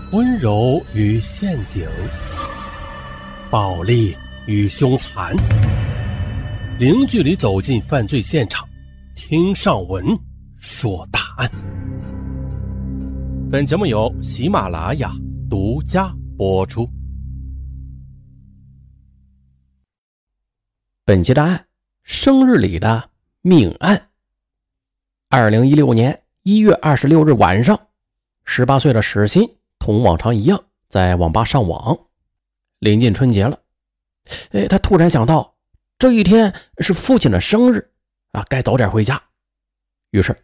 温柔与陷阱，暴力与凶残，零距离走进犯罪现场，听上文说大案。本节目由喜马拉雅独家播出。 本期的案，生日里的命案。2016年1月26日晚上，18岁的史鑫同往常一样在网吧上网。临近春节了，他突然想到这一天是父亲的生日该早点回家。于是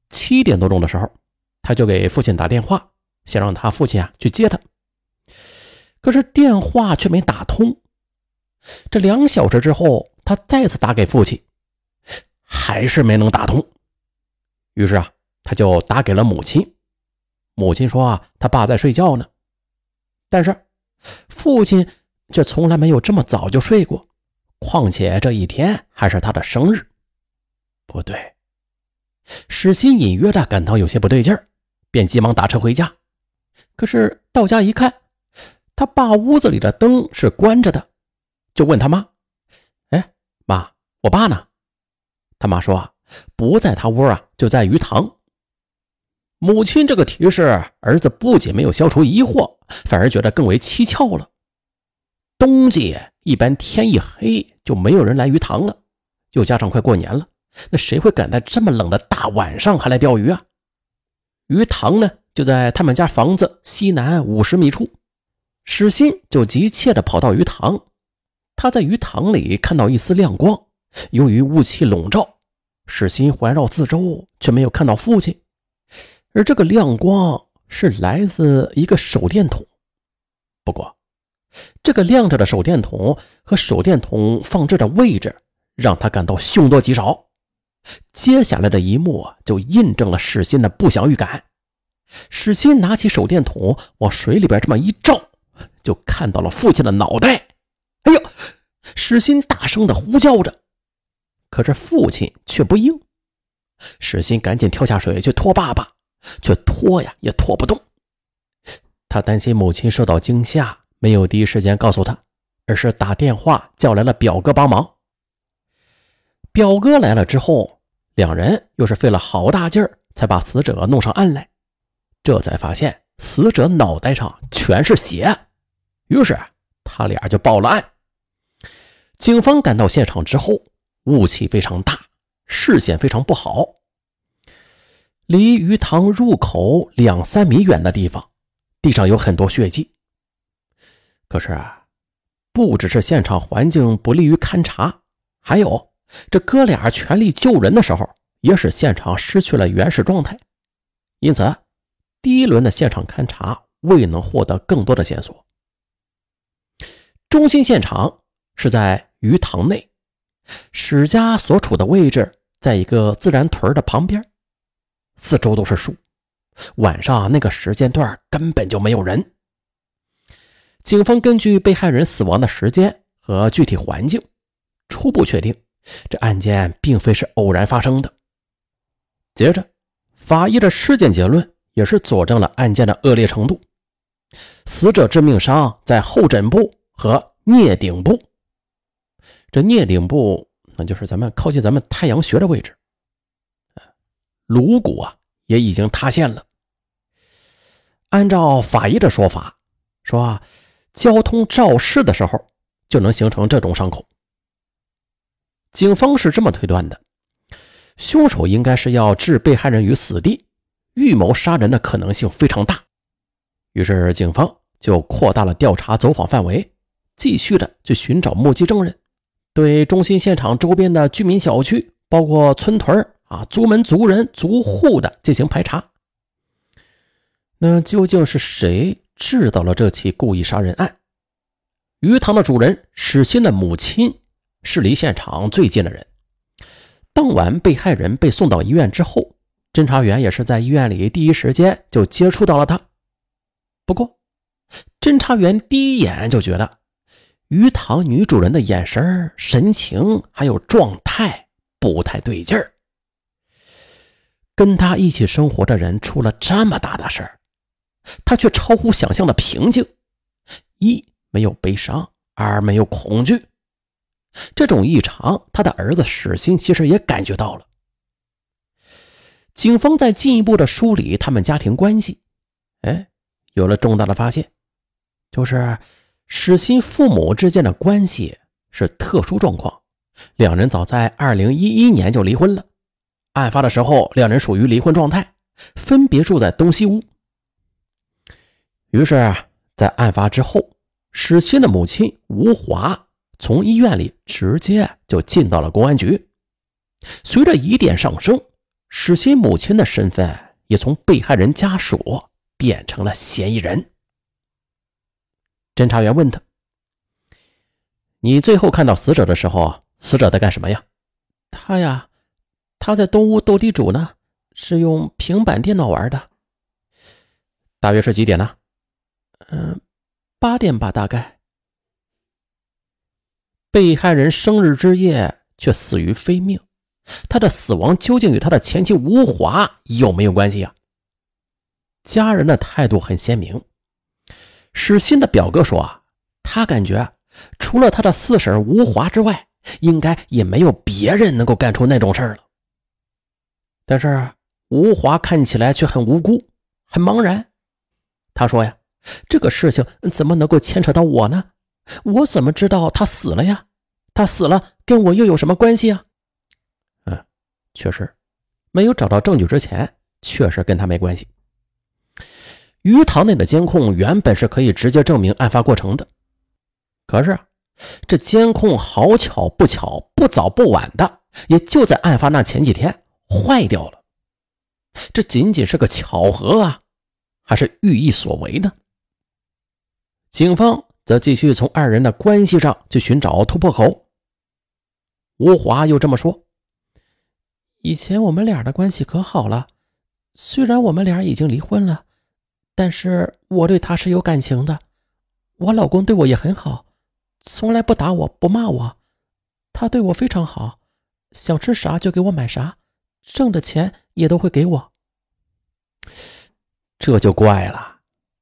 7点多钟的时候，他就给父亲打电话，想让他父亲去接他。可是电话却没打通。这2小时之后，他再次打给父亲，还是没能打通。于是他就打给了母亲。母亲说他爸在睡觉呢。但是父亲却从来没有这么早就睡过，况且这一天还是他的生日。不对，史鑫隐约的感到有些不对劲儿，便急忙打车回家。可是到家一看，他爸屋子里的灯是关着的，就问他妈：妈，我爸呢？他妈说不在他屋就在鱼塘。母亲这个提示，儿子不仅没有消除疑惑，反而觉得更为蹊跷了。冬季一般天一黑就没有人来鱼塘了，又加上快过年了，那谁会赶在这么冷的大晚上还来钓鱼啊？鱼塘呢，就在他们家房子西南50米处。史鑫就急切地跑到鱼塘，他在鱼塘里看到一丝亮光，由于雾气笼罩，史鑫环绕四周，却没有看到父亲。而这个亮光是来自一个手电筒。不过这个亮着的手电筒和手电筒放置的位置让他感到凶多吉少。接下来的一幕就印证了史鑫的不祥预感。史鑫拿起手电筒往水里边这么一照，就看到了父亲的脑袋。哎呦！史鑫大声地呼叫着，可是父亲却不应。史鑫赶紧跳下水去拖爸爸，却拖也拖不动。他担心母亲受到惊吓，没有第一时间告诉他，而是打电话叫来了表哥帮忙。表哥来了之后，两人又是费了好大劲儿才把死者弄上岸来。这才发现死者脑袋上全是血，于是他俩就报了案。警方赶到现场之后，雾气非常大，视线非常不好。离鱼塘入口2-3米远的地方，地上有很多血迹。可是不只是现场环境不利于勘查，还有这哥俩全力救人的时候，也使现场失去了原始状态。因此第一轮的现场勘查未能获得更多的线索。中心现场是在鱼塘内，史家所处的位置在一个自然屯的旁边，四周都是树，晚上那个时间段根本就没有人。警方根据被害人死亡的时间和具体环境，初步确定这案件并非是偶然发生的。接着法医的尸检结论也是佐证了案件的恶劣程度。死者致命伤在后枕部和颞顶部。这颞顶部那就是靠近咱们太阳穴的位置。颅骨也已经塌陷了。按照法医的说法，说交通肇事的时候就能形成这种伤口。警方是这么推断的，凶手应该是要置被害人于死地，预谋杀人的可能性非常大。于是警方就扩大了调查走访范围，继续的去寻找目击证人，对中心现场周边的居民小区，包括村屯族门族人族户的进行排查。那究竟是谁制造了这起故意杀人案？鱼塘的主人史鑫的母亲是离现场最近的人。当晚被害人被送到医院之后，侦查员也是在医院里第一时间就接触到了他。不过侦查员第一眼就觉得鱼塘女主人的眼神、神情还有状态不太对劲儿。跟他一起生活的人出了这么大的事儿， 他却超乎想象的平静。一，没有悲伤；二，没有恐惧。这种异常，他的儿子史鑫其实也感觉到了。警方在进一步的梳理他们家庭关系，有了重大的发现，就是史鑫父母之间的关系是特殊状况，两人早在2011年就离婚了。案发的时候，两人属于离婚状态，分别住在东西屋。于是在案发之后，史鑫的母亲吴华从医院里直接就进到了公安局。随着疑点上升，史鑫母亲的身份也从被害人家属变成了嫌疑人。侦查员问他：你最后看到死者的时候，死者在干什么呀？他在东屋斗地主呢，是用平板电脑玩的。大约是几点呢？8点吧，大概。被害人生日之夜却死于非命，他的死亡究竟与他的前妻吴华有没有关系啊？家人的态度很鲜明。史鑫的表哥说他感觉除了他的四婶吴华之外，应该也没有别人能够干出那种事儿了。但是吴华看起来却很无辜，很茫然。他说这个事情怎么能够牵扯到我呢？我怎么知道他死了呀？他死了跟我又有什么关系啊？确实，没有找到证据之前，确实跟他没关系。鱼塘内的监控原本是可以直接证明案发过程的，可是这监控好巧不巧，不早不晚的，也就在案发那前几天坏掉了。这仅仅是个巧合啊，还是寓意所为呢？警方则继续从二人的关系上去寻找突破口。吴华又这么说：以前我们俩的关系可好了，虽然我们俩已经离婚了，但是我对他是有感情的。我老公对我也很好，从来不打我不骂我，他对我非常好，想吃啥就给我买啥，挣的钱也都会给我。这就怪了，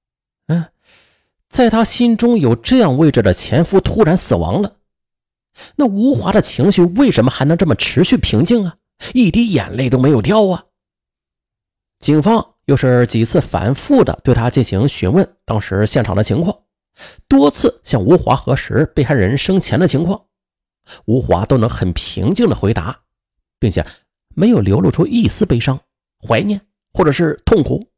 在他心中有这样位置的前夫突然死亡了，那吴华的情绪为什么还能这么持续平静啊？一滴眼泪都没有掉啊！警方又是几次反复的对他进行询问当时现场的情况，多次向吴华核实被害人生前的情况，吴华都能很平静的回答，并且没有流露出一丝悲伤、怀念或者是痛苦。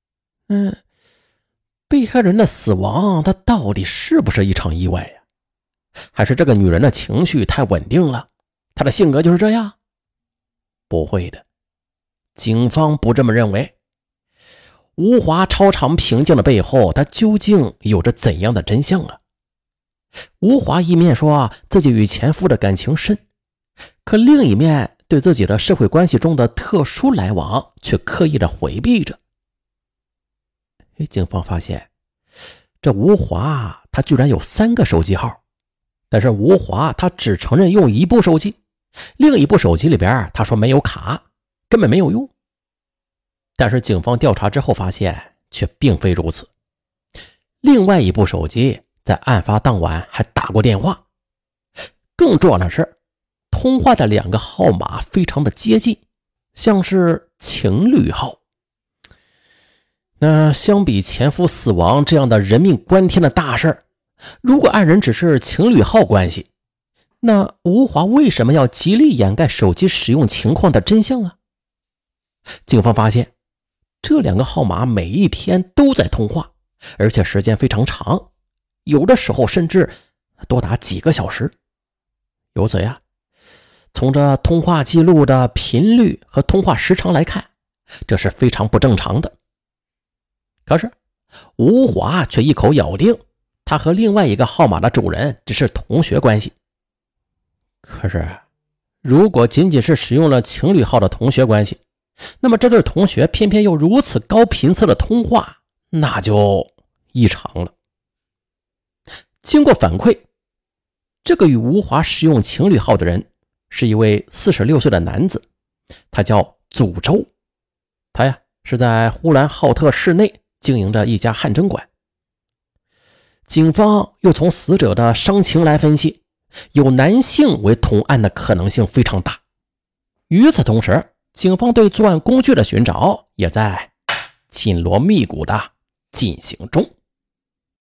被害人的死亡，他到底是不是一场意外呀？还是这个女人的情绪太稳定了，她的性格就是这样？不会的，警方不这么认为。吴华超常平静的背后，他究竟有着怎样的真相啊？吴华一面说自己与前夫的感情深，可另一面对自己的社会关系中的特殊来往却刻意的回避着。警方发现这吴华他居然有3个手机号，但是吴华他只承认用一部手机，另一部手机里边他说没有卡，根本没有用。但是警方调查之后发现却并非如此，另外一部手机在案发当晚还打过电话，更重要的是通话的2个号码非常的接近，像是情侣号。那相比前夫死亡这样的人命关天的大事，如果二人只是情侣号关系，那吴华为什么要极力掩盖手机使用情况的真相啊？警方发现这2个号码每一天都在通话，而且时间非常长，有的时候甚至多达几个小时。由此从这通话记录的频率和通话时长来看，这是非常不正常的。可是吴华却一口咬定他和另外一个号码的主人只是同学关系。可是如果仅仅是使用了情侣号的同学关系，那么这对同学偏偏又如此高频次的通话，那就异常了。经过反馈，这个与吴华使用情侣号的人是一位46岁的男子，他叫祖周。他是在呼兰浩特市内经营着一家汗蒸馆。警方又从死者的伤情来分析，有男性为同案的可能性非常大。与此同时，警方对作案工具的寻找也在紧锣密鼓地进行中。